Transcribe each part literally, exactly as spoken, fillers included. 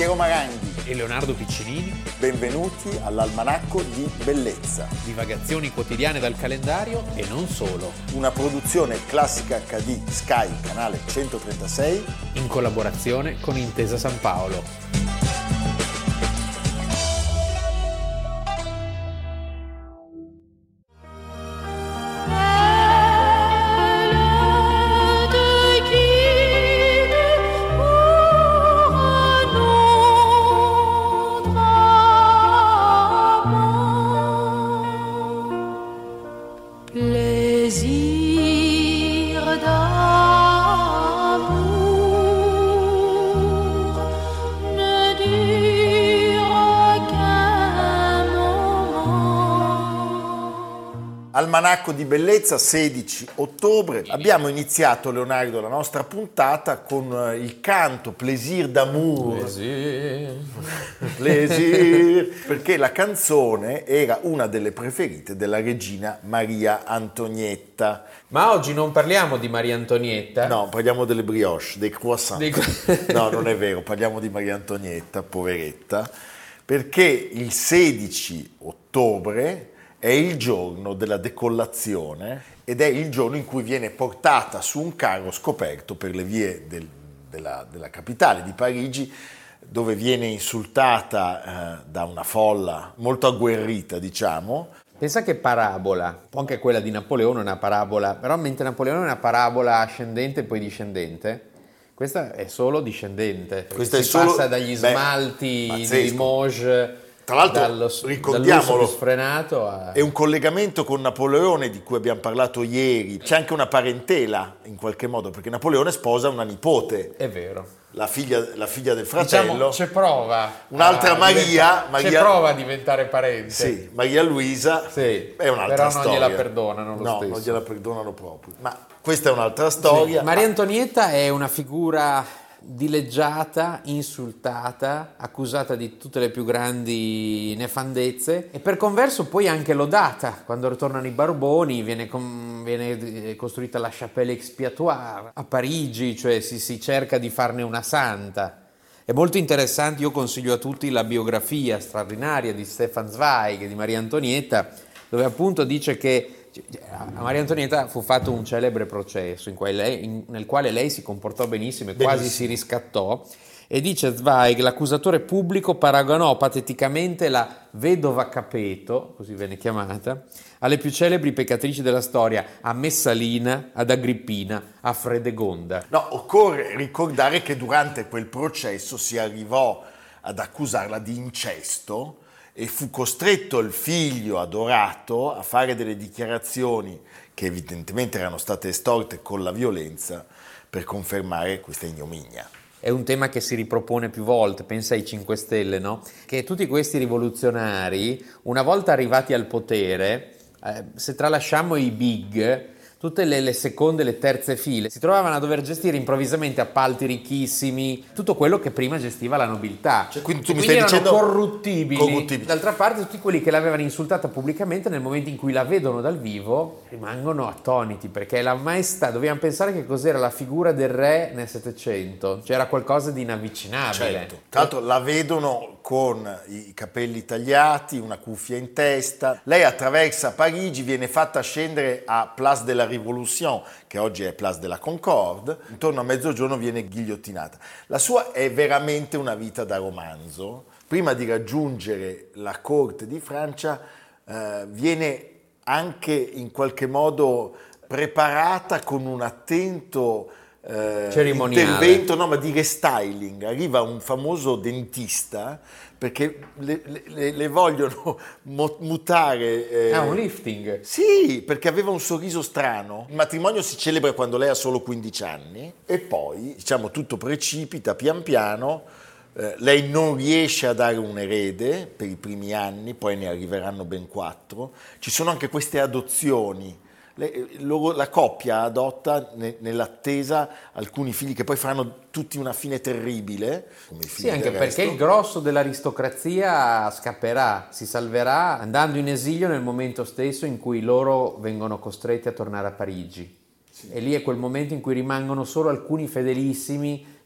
Piero Maranghi e Leonardo Piccinini. Benvenuti all'Almanacco di Bellezza. Divagazioni quotidiane dal calendario e non solo. Una produzione Classica acca di Sky, canale centotrentasei. In collaborazione con Intesa San Paolo. Almanacco di Bellezza, sedici ottobre. Abbiamo iniziato, Leonardo, la nostra puntata con il canto Plaisir d'amour. Plaisir. Plaisir. Perché la canzone era una delle preferite della regina Maria Antonietta. Ma oggi non parliamo di Maria Antonietta? No, parliamo delle brioche, dei croissant. Dei... No, non è vero, parliamo di Maria Antonietta, poveretta, perché il sedici ottobre è il giorno della decollazione ed è il giorno in cui viene portata su un carro scoperto per le vie del, della, della capitale di Parigi, dove viene insultata eh, da una folla molto agguerrita, diciamo. Pensa che parabola, anche quella di Napoleone è una parabola, però mentre Napoleone è una parabola ascendente e poi discendente, questa è solo discendente. Questa si è solo, passa dagli beh, smalti pazzesco. di Limoges. Tra l'altro, dallo, ricordiamolo, sfrenato a... è un collegamento con Napoleone di cui abbiamo parlato ieri. C'è anche una parentela, in qualche modo, perché Napoleone sposa una nipote. È vero. La figlia, la figlia del fratello. Diciamo, c'è prova. Un'altra Maria, diventa, Maria... C'è prova a diventare parente. Sì, Maria Luisa sì, è un'altra però storia. non gliela perdonano lo no, stesso. non gliela perdonano proprio. Ma questa è un'altra storia. Sì. Maria Antonietta è una figura dileggiata, insultata, accusata di tutte le più grandi nefandezze e per converso poi anche lodata. Quando ritornano i Borboni viene, com- viene costruita la Chapelle Expiatoire a Parigi, cioè si, si cerca di farne una santa. È molto interessante, io consiglio a tutti la biografia straordinaria di Stefan Zweig di Maria Antonietta, dove appunto dice che a Maria Antonietta fu fatto un celebre processo in cui lei, in, nel quale lei si comportò benissimo e benissimo. Quasi si riscattò, e dice Zweig: l'accusatore pubblico paragonò pateticamente la vedova Capeto, così venne chiamata, alle più celebri peccatrici della storia, a Messalina, ad Agrippina, a Fredegonda. No, occorre ricordare che durante quel processo si arrivò ad accusarla di incesto e fu costretto il figlio adorato a fare delle dichiarazioni che evidentemente erano state estorte con la violenza per confermare questa ignominia. È un tema che si ripropone più volte, pensa ai cinque Stelle, no? Che tutti questi rivoluzionari, una volta arrivati al potere, eh, se tralasciamo i big, tutte le, le seconde e le terze file si trovavano a dover gestire improvvisamente appalti ricchissimi, tutto quello che prima gestiva la nobiltà. Cioè, quindi tu mi quindi stai erano dicendo corruttibili. corruttibili. D'altra parte tutti quelli che l'avevano insultata pubblicamente nel momento in cui la vedono dal vivo rimangono attoniti, perché la maestà, dobbiamo pensare che cos'era la figura del re nel Settecento, c'era qualcosa di inavvicinabile. Certo. Tra l'altro la vedono con i capelli tagliati, una cuffia in testa, lei attraversa Parigi, viene fatta scendere a Place de la Révolution, che oggi è Place de la Concorde, intorno a mezzogiorno viene ghigliottinata. La sua è veramente una vita da romanzo. Prima di raggiungere la corte di Francia eh, viene anche in qualche modo preparata con un attento eh, intervento, no, ma di restyling. Arriva un famoso dentista perché le, le, le vogliono mutare. Eh. Ah, un lifting? Sì, perché aveva un sorriso strano. Il matrimonio si celebra quando lei ha solo quindici anni e poi, diciamo, tutto precipita pian piano. Eh, lei non riesce a dare un erede per i primi anni, poi ne arriveranno ben quattro. Ci sono anche queste adozioni. Le, loro, la coppia adotta ne, nell'attesa alcuni figli che poi faranno tutti una fine terribile. Come i figli sì, anche del perché resto. Il grosso dell'aristocrazia scapperà, si salverà andando in esilio nel momento stesso in cui loro vengono costretti a tornare a Parigi. Sì. E lì è quel momento in cui rimangono solo alcuni fedelissimi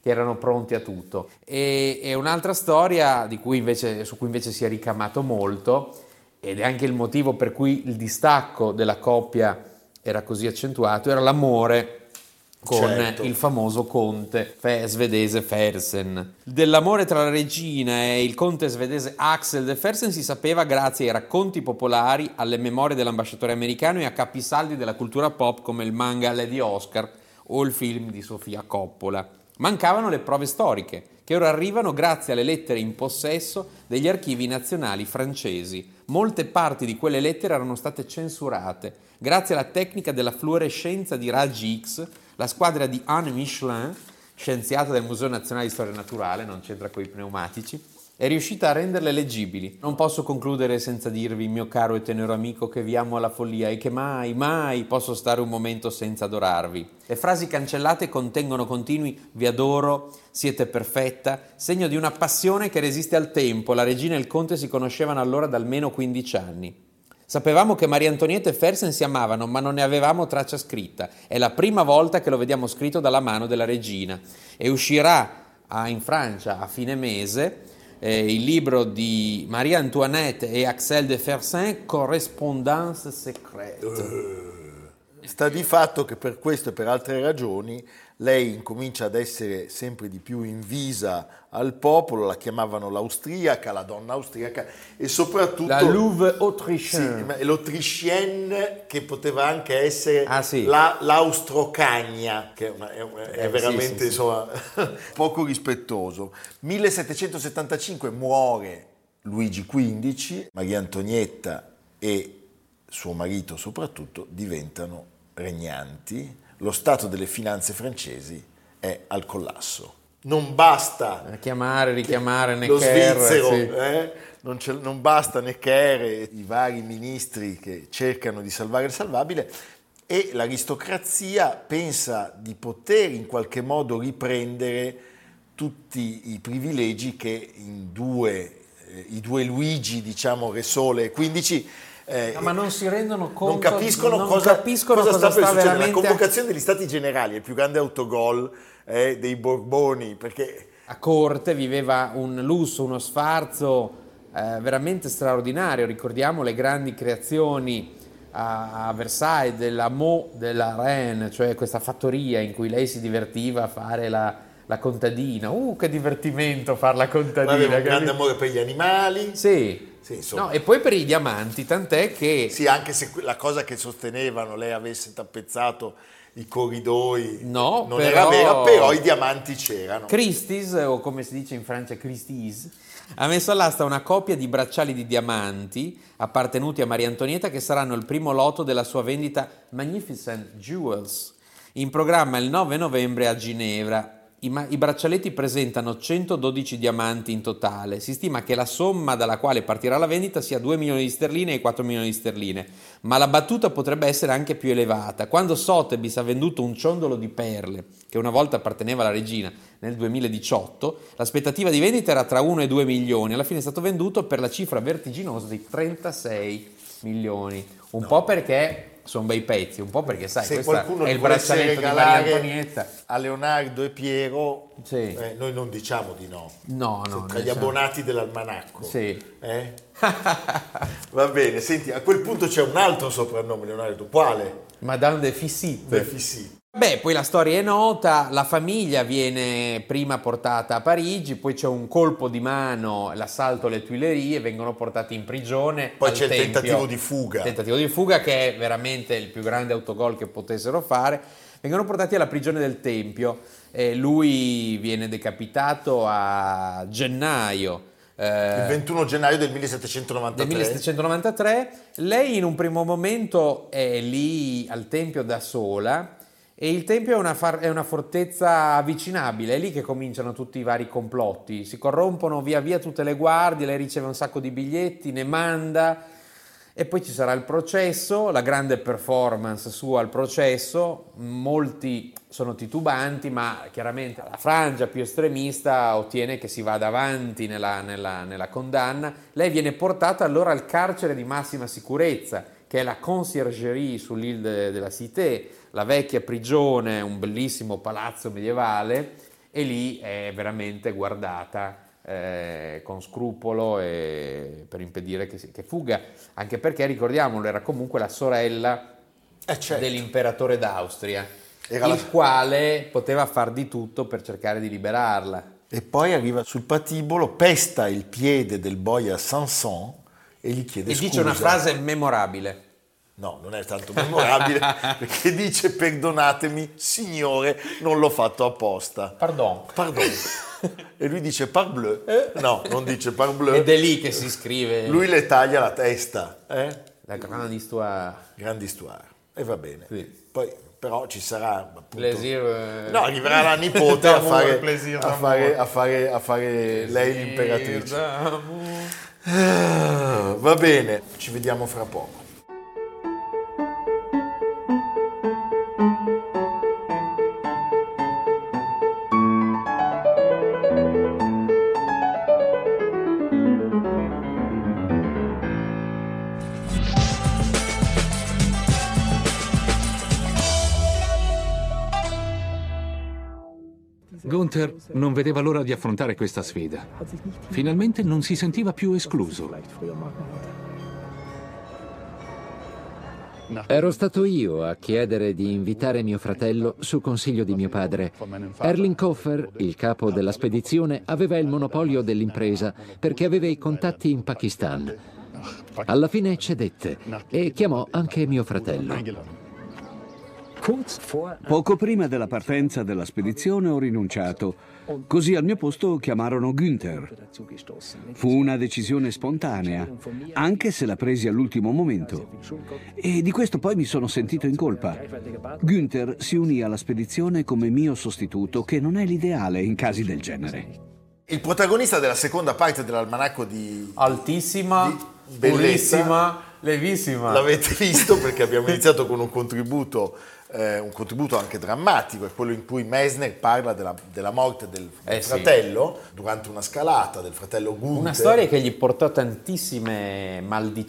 che erano pronti a tutto. E, e un'altra storia di cui invece, su cui invece si è ricamato molto, ed è anche il motivo per cui il distacco della coppia era così accentuato, era l'amore con certo. il famoso conte fe- svedese Fersen. Dell'amore tra la regina e il conte svedese Axel de Fersen si sapeva grazie ai racconti popolari, alle memorie dell'ambasciatore americano e a capisaldi della cultura pop come il manga Lady Oscar o il film di Sofia Coppola. Mancavano le prove storiche, che ora arrivano grazie alle lettere in possesso degli archivi nazionali francesi. Molte parti di quelle lettere erano state censurate. Grazie alla tecnica della fluorescenza di raggi X, la squadra di Anne Michelin, scienziata del Museo Nazionale di Storia Naturale, non c'entra coi pneumatici, è riuscita a renderle leggibili. Non posso concludere senza dirvi, mio caro e tenero amico, che vi amo alla follia e che mai, mai posso stare un momento senza adorarvi. Le frasi cancellate contengono continui vi adoro, siete perfetta, segno di una passione che resiste al tempo. La regina e il conte si conoscevano allora da almeno quindici anni. Sapevamo che Maria Antonietta e Fersen si amavano, ma non ne avevamo traccia scritta. È la prima volta che lo vediamo scritto dalla mano della regina. E uscirà a, in Francia a fine mese eh, il libro di Marie Antoinette e Axel de Fersen, Correspondance secrète. Sta di fatto che per questo e per altre ragioni lei incomincia ad essere sempre di più invisa al popolo, la chiamavano l'austriaca, la donna austriaca e soprattutto la Louve autrichienne. Sì, l'autrichienne che poteva anche essere ah, sì. la, l'austrocagna, che è, una, è, è eh, veramente sì, sì, insomma, sì. poco rispettoso. millesettecentosettantacinque muore Luigi quindici, Maria Antonietta e suo marito soprattutto diventano regnanti, lo stato delle finanze francesi è al collasso. Non basta a chiamare, richiamare Necker, lo svizzero, sì. eh? non, non basta Necker e i vari ministri che cercano di salvare il salvabile, e l'aristocrazia pensa di poter in qualche modo riprendere tutti i privilegi che in due, eh, i due Luigi, diciamo Re Sole e quindici, Eh, no, ma non si rendono conto, non capiscono non cosa, capiscono cosa, cosa sta per sta succedere. veramente. La convocazione degli Stati Generali è il più grande autogol eh, dei Borboni, perché a corte viveva un lusso, uno sfarzo eh, veramente straordinario. Ricordiamo le grandi creazioni a, a Versailles della Mo della Reine, cioè questa fattoria in cui lei si divertiva a fare la, la contadina. Uh, che divertimento far la contadina! Aveva un grande amore per gli animali. Sì. Sì, no, e poi per i diamanti, tant'è che... Sì, anche se la cosa che sostenevano lei avesse tappezzato i corridoi no, non però... era vera, però i diamanti c'erano. Christie's, o come si dice in Francia Christie's, ha messo all'asta una coppia di bracciali di diamanti appartenuti a Maria Antonietta che saranno il primo lotto della sua vendita Magnificent Jewels, in programma il nove novembre a Ginevra. I, ma- I braccialetti presentano centododici diamanti in totale. Si stima che la somma dalla quale partirà la vendita sia due milioni di sterline e quattro milioni di sterline, ma la battuta potrebbe essere anche più elevata. Quando Sotheby's ha venduto un ciondolo di perle, che una volta apparteneva alla regina, nel duemiladiciotto, l'aspettativa di vendita era tra uno e due milioni. Alla fine è stato venduto per la cifra vertiginosa di trentasei milioni. Un no. po' perché... sono bei pezzi, un po' perché sai, se questo è il braccialetto di Maria Antonietta. A Leonardo e Piero, sì. eh, noi non diciamo di no. No, no. Tra gli abbonati dell'almanacco. Sì. Eh? Va bene, senti, a quel punto c'è un altro soprannome, Leonardo, quale? Madame de Fissit. De Fissit. Beh, poi la storia è nota, la famiglia viene prima portata a Parigi, poi c'è un colpo di mano, l'assalto alle Tuileries, vengono portati in prigione. Poi c'è tempio. il tentativo di fuga. Il tentativo di fuga che è veramente il più grande autogol che potessero fare. Vengono portati alla prigione del Tempio e lui viene decapitato a gennaio. Il ventuno gennaio del millesettecentonovantatré. Del millesettecentonovantatré. Lei in un primo momento è lì al Tempio da sola. E il Tempio è una, far- è una fortezza avvicinabile, è lì che cominciano tutti i vari complotti, si corrompono via via tutte le guardie, lei riceve un sacco di biglietti, ne manda e poi ci sarà il processo, la grande performance sua al processo, molti sono titubanti ma chiaramente la frangia più estremista ottiene che si vada avanti nella, nella, nella condanna. Lei viene portata allora al carcere di massima sicurezza, che è la Conciergerie sull'Île de, de la Cité, la vecchia prigione, un bellissimo palazzo medievale, e lì è veramente guardata eh, con scrupolo e per impedire che, si, che fuga, anche perché, ricordiamolo, era comunque la sorella Eh, certo. dell'imperatore d'Austria, Era il la- quale poteva far di tutto per cercare di liberarla. E poi arriva sul patibolo, pesta il piede del boia Sanson e gli chiede E scusa. dice una frase memorabile. No, non è tanto memorabile, perché dice: perdonatemi, signore, non l'ho fatto apposta. Pardon. Pardon. E lui dice parbleu. No, non dice parbleu. Ed è lì che si scrive Lui le taglia la testa. Eh? la grande histoire. Grande histoire. E va bene. Sì. Poi però ci sarà appunto... Plaisir, eh, No, arriverà la nipote a d'amour, fare, plaisir a d'amour. fare, a fare, a fare lei l'imperatrice. d'amour. Ah, va bene, ci vediamo fra poco. Gunther non vedeva l'ora di affrontare questa sfida. Finalmente non si sentiva più escluso. Ero stato io a chiedere di invitare mio fratello su consiglio di mio padre. Erling Koffer, il capo della spedizione, aveva il monopolio dell'impresa perché aveva i contatti in Pakistan. Alla fine cedette e chiamò anche mio fratello. Poco prima della partenza della spedizione ho rinunciato, così al mio posto chiamarono Günther. Fu una decisione spontanea, anche se la presi all'ultimo momento. E di questo poi mi sono sentito in colpa. Günther si unì alla spedizione come mio sostituto, che non è l'ideale in casi del genere. Il protagonista della seconda parte dell'almanacco di... Altissima, Di bellezza. purissima, levissima. L'avete visto perché abbiamo iniziato con un contributo, eh, un contributo anche drammatico, è quello in cui Messner parla della, della morte del, del Eh sì. fratello durante una scalata, del fratello Gunther. Una storia che gli portò tantissime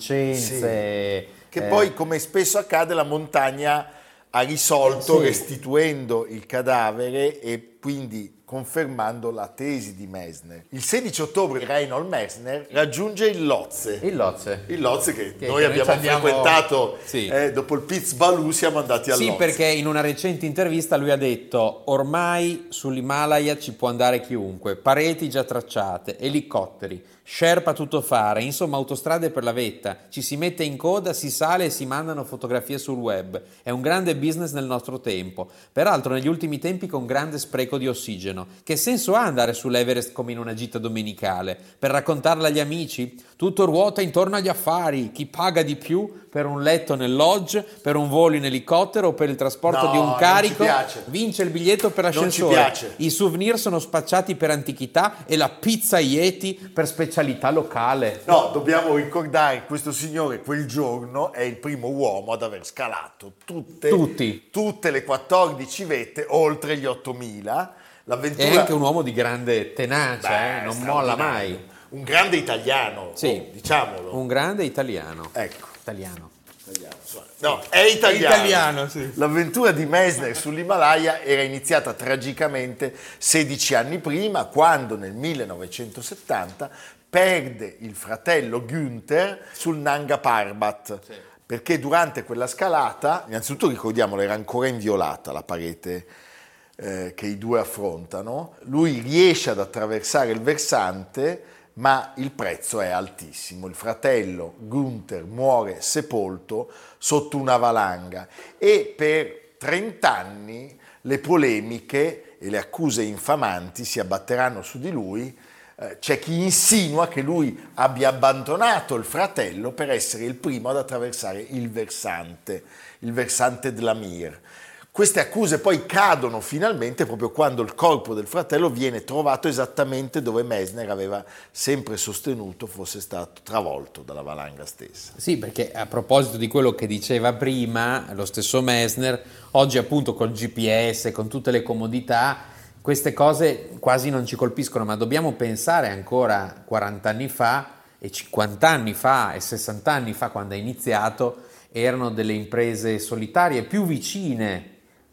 maldicenze. Che eh, poi, come spesso accade, la montagna ha risolto Sì. restituendo il cadavere e quindi confermando la tesi di Messner. Il sedici ottobre Reinhold Messner raggiunge il Lotse. Il Lotse. Il Lotse che, Che noi noi abbiamo ci andiamo- frequentato Sì. eh, dopo il Piz Balù, siamo andati al Sì, Lotse. perché in una recente intervista lui ha detto: ormai sull'Himalaya ci può andare chiunque, pareti già tracciate, elicotteri, Sherpa tutto fare, insomma autostrade per la vetta, ci si mette in coda, si sale e si mandano fotografie sul web. È un grande business nel nostro tempo, peraltro negli ultimi tempi con grande spreco di ossigeno. Che senso ha andare sull'Everest come in una gita domenicale? Per raccontarla agli amici? Tutto ruota intorno agli affari, chi paga di più per un letto nel lodge, per un volo in elicottero o per il trasporto No, di un non ci carico, piace. vince il biglietto per Non ci l'ascensore. piace. I souvenir sono spacciati per antichità e la pizza Yeti per specialità locale. No, dobbiamo ricordare che questo signore quel giorno è il primo uomo ad aver scalato tutte, Tutti. tutte le quattordici vette oltre gli ottomila. L'avventura... È anche un uomo di grande tenacia, Beh, eh, non molla straordinario. mai. Un grande italiano, Sì. oh, diciamolo. Un grande italiano. Ecco. Italiano. Italiano, insomma. No, è italiano. È italiano, sì. L'avventura di Messner sull'Himalaya era iniziata tragicamente sedici anni prima, quando nel millenovecentosettanta perde il fratello Günther sul Nanga Parbat. Sì. Perché durante quella scalata, innanzitutto ricordiamolo, era ancora inviolata la parete eh, che i due affrontano. Lui riesce ad attraversare il versante, ma il prezzo è altissimo. Il fratello Günther muore sepolto sotto una valanga e per trent'anni le polemiche e le accuse infamanti si abbatteranno su di lui. Eh, c'è chi insinua che lui abbia abbandonato il fratello per essere il primo ad attraversare il versante, il versante della Mir. Queste accuse poi cadono finalmente proprio quando il corpo del fratello viene trovato esattamente dove Messner aveva sempre sostenuto fosse stato travolto dalla valanga stessa. Sì, perché a proposito di quello che diceva prima, lo stesso Messner, oggi appunto col G P S, con tutte le comodità, queste cose quasi non ci colpiscono, ma dobbiamo pensare ancora quaranta anni fa e cinquanta anni fa e sessanta anni fa, quando è iniziato, erano delle imprese solitarie più vicine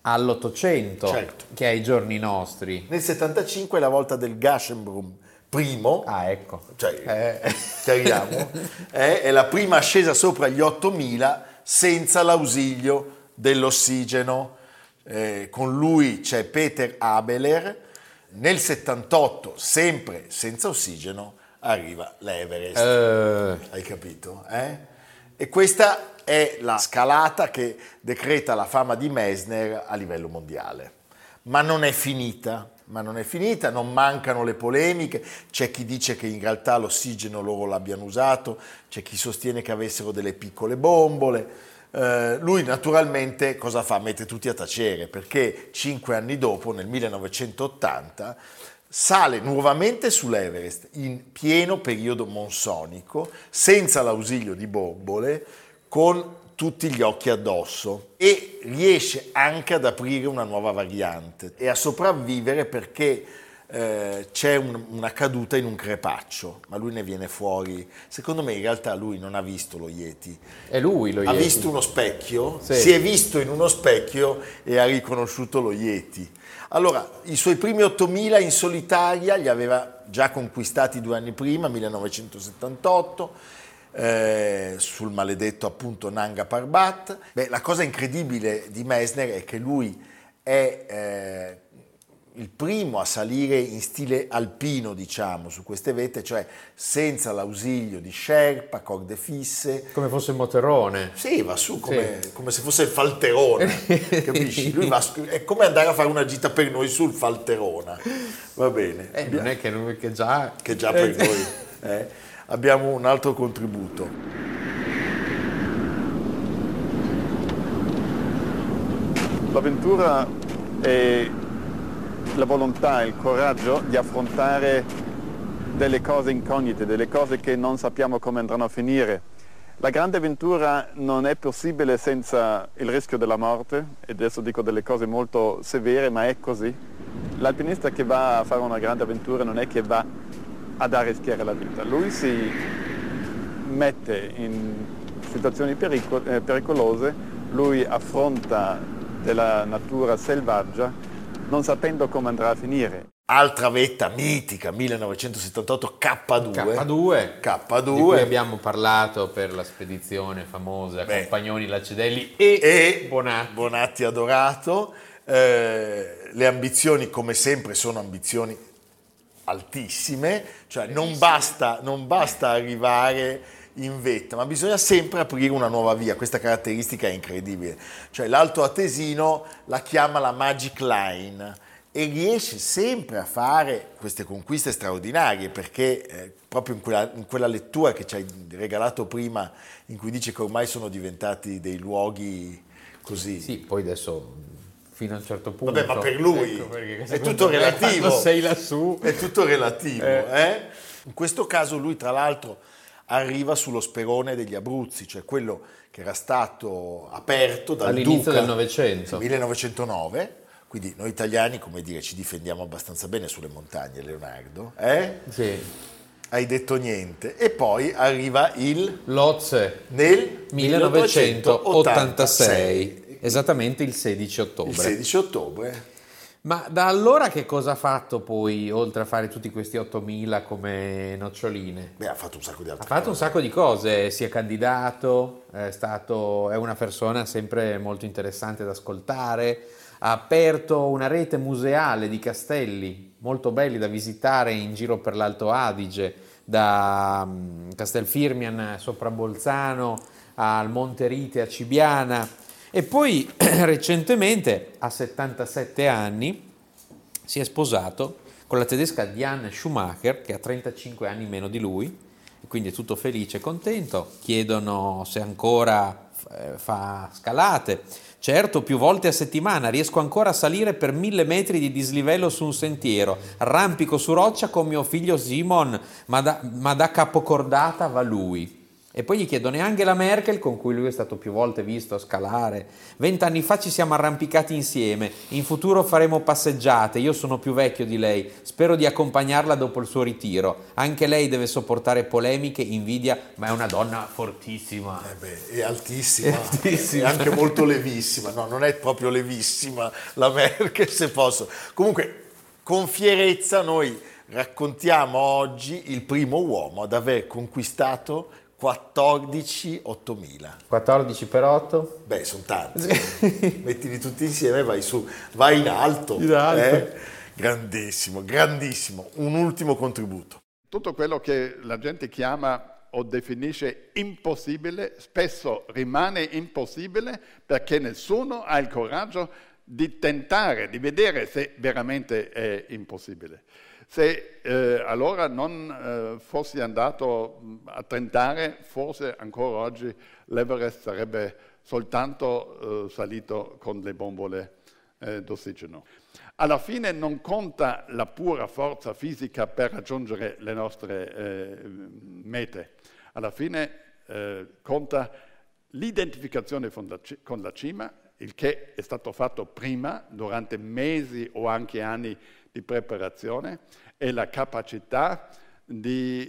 all'Ottocento, Certo. che ai giorni nostri. Nel settantacinque è la volta del Gashenbrunn primo, Ah, ecco. cioè, Eh. chiariamo, è, è la prima ascesa sopra gli ottomila senza l'ausilio dell'ossigeno. Eh, con lui c'è Peter Abeler. Nel settantotto, sempre senza ossigeno, arriva l'Everest. Eh. Hai capito? Eh? E questa è la scalata che decreta la fama di Messner a livello mondiale. Ma non è finita. Ma non è finita, non mancano le polemiche, c'è chi dice che in realtà l'ossigeno loro l'abbiano usato, c'è chi sostiene che avessero delle piccole bombole. Eh, lui naturalmente cosa fa? Mette tutti a tacere, perché cinque anni dopo, nel millenovecentottanta, sale nuovamente sull'Everest in pieno periodo monsonico, senza l'ausilio di bombole, con tutti gli occhi addosso, e riesce anche ad aprire una nuova variante e a sopravvivere perché eh, c'è un, una caduta in un crepaccio, ma lui ne viene fuori. Secondo me in realtà lui non ha visto lo Yeti. È lui lo Ha Yeti. visto uno specchio, Sì. si è visto in uno specchio e ha riconosciuto lo Yeti. Allora, i suoi primi ottomila in solitaria li aveva già conquistati due anni prima, millenovecentosettantotto, Eh, sul maledetto appunto Nanga Parbat. Beh, la cosa incredibile di Messner è che lui è eh, il primo a salire in stile alpino, diciamo, su queste vette, cioè senza l'ausilio di Sherpa, corde fisse. Come fosse un motorone. Sì, va su come, Sì. come se fosse il Falterona, capisci? Lui va su, è come andare a fare una gita per noi sul Falterona, va bene. Eh, non è che, lui, che già... Che già per noi eh, abbiamo un altro contributo. L'avventura è la volontà, il coraggio di affrontare delle cose incognite, delle cose che non sappiamo come andranno a finire. La grande avventura non è possibile senza il rischio della morte, e adesso dico delle cose molto severe, ma è così. L'alpinista che va a fare una grande avventura non è che va ad arrischiare la vita, lui si mette in situazioni perico- eh, pericolose, lui affronta della natura selvaggia non sapendo come andrà a finire. Altra vetta mitica, millenovecentosettantotto, K due. K due, K due. di cui abbiamo parlato per la spedizione famosa, Beh. Compagnoni, Lacedelli e, e Bonatti. Bonatti adorato. Eh, le ambizioni, come sempre, sono ambizioni altissime, cioè non basta, non basta arrivare in vetta, ma bisogna sempre aprire una nuova via. Questa caratteristica è incredibile, cioè l'Alto Atesino la chiama la Magic Line e riesce sempre a fare queste conquiste straordinarie, perché eh, proprio in quella, in quella lettura che ci hai regalato prima, in cui dice che ormai sono diventati dei luoghi così. Sì, poi adesso fino a un certo punto. Vabbè, ma per lui ecco, perché è secondo tutto me relativo. quando sei lassù. È tutto relativo. Eh. Eh? In questo caso lui, tra l'altro, arriva sullo sperone degli Abruzzi, cioè quello che era stato aperto dal All'inizio Duca del Novecento. millenovecentonove. Quindi noi italiani, come dire, ci difendiamo abbastanza bene sulle montagne, Leonardo. Eh? Sì. Hai detto niente. E poi arriva il Lotse nel millenovecentottantasei, esattamente il sedici ottobre. Il sedici ottobre. Ma da allora che cosa ha fatto poi, oltre a fare tutti questi ottomila come noccioline? Beh, ha fatto un sacco di Ha altre fatto un cose. sacco di cose, si è candidato, è stato, è una persona sempre molto interessante da ascoltare, ha aperto una rete museale di castelli molto belli da visitare in giro per l'Alto Adige, da um, Castelfirmian sopra Bolzano al Monte Rite a Cibiana. E poi recentemente, a settantasette anni, si è sposato con la tedesca Diane Schumacher, che ha trentacinque anni meno di lui, e quindi è tutto felice e contento. Chiedono se ancora eh, fa scalate. Certo, più volte a settimana, riesco ancora a salire per mille metri di dislivello su un sentiero, arrampico su roccia con mio figlio Simon, ma da, ma da capocordata va lui. E poi gli chiedono: e Angela Merkel, con cui lui è stato più volte visto a scalare? Vent'anni fa ci siamo arrampicati insieme, in futuro faremo passeggiate, io sono più vecchio di lei, spero di accompagnarla dopo il suo ritiro. Anche lei deve sopportare polemiche, invidia, ma è una donna fortissima. Eh beh, è altissima, È altissima. è anche molto levissima. No, non è proprio levissima la Merkel, se posso. Comunque, con fierezza noi raccontiamo oggi il primo uomo ad aver conquistato quattordici ottomila. quattordici per otto? Beh, sono tanti. Mettili tutti insieme e vai su, vai in alto. In alto. Eh? Grandissimo, grandissimo. Un ultimo contributo. Tutto quello che la gente chiama o definisce impossibile, spesso rimane impossibile perché nessuno ha il coraggio di tentare, di vedere se veramente è impossibile. Se eh, allora non eh, fossi andato a tentare, forse ancora oggi l'Everest sarebbe soltanto eh, salito con le bombole eh, d'ossigeno. Alla fine non conta la pura forza fisica per raggiungere le nostre eh, mete. Alla fine eh, conta l'identificazione con la, con la cima, il che è stato fatto prima, durante mesi o anche anni di preparazione, e la capacità di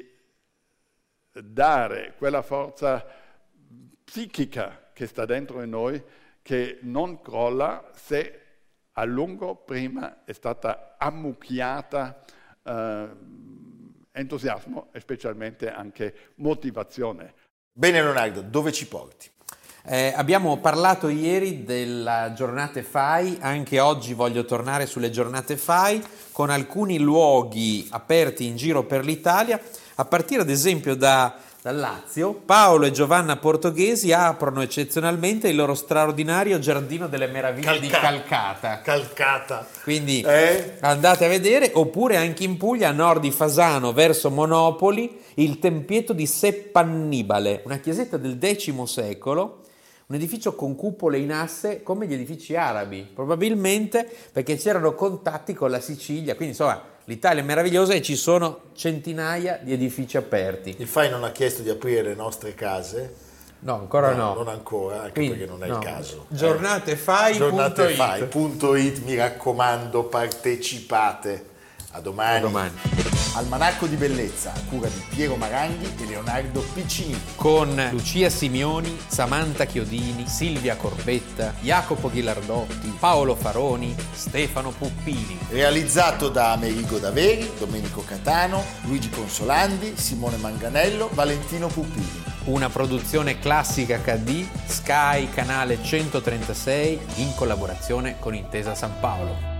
dare quella forza psichica che sta dentro di noi, che non crolla se a lungo prima è stata ammucchiata eh, entusiasmo e specialmente anche motivazione. Bene Leonardo, dove ci porti? Eh, abbiamo parlato ieri della giornate F A I, anche oggi voglio tornare sulle giornate F A I con alcuni luoghi aperti in giro per l'Italia, a partire ad esempio da, dal Lazio. Paolo e Giovanna Portoghesi aprono eccezionalmente il loro straordinario Giardino delle Meraviglie Calcata. di Calcata. Calcata. Quindi Eh? andate a vedere, oppure anche in Puglia, a nord di Fasano, verso Monopoli, il tempietto di Seppannibale, una chiesetta del X secolo, un edificio con cupole in asse come gli edifici arabi, probabilmente perché c'erano contatti con la Sicilia, quindi insomma l'Italia è meravigliosa e ci sono centinaia di edifici aperti. Il F A I non ha chiesto di aprire le nostre case? No, ancora no. Non ancora, anche Quindi, perché non è no. il caso. Giornate F A I punto it. Giornate F A I punto it, mi raccomando, partecipate. A domani. A domani. Almanacco di bellezza a cura di Piero Maranghi e Leonardo Piccinini. Con Lucia Simioni, Samantha Chiodini, Silvia Corbetta, Jacopo Ghilardotti, Paolo Faroni, Stefano Puppini. Realizzato da Amerigo Daveri, Domenico Catano, Luigi Consolandi, Simone Manganello, Valentino Puppini. Una produzione Classica acca di, Sky canale centotrentasei in collaborazione con Intesa San Paolo.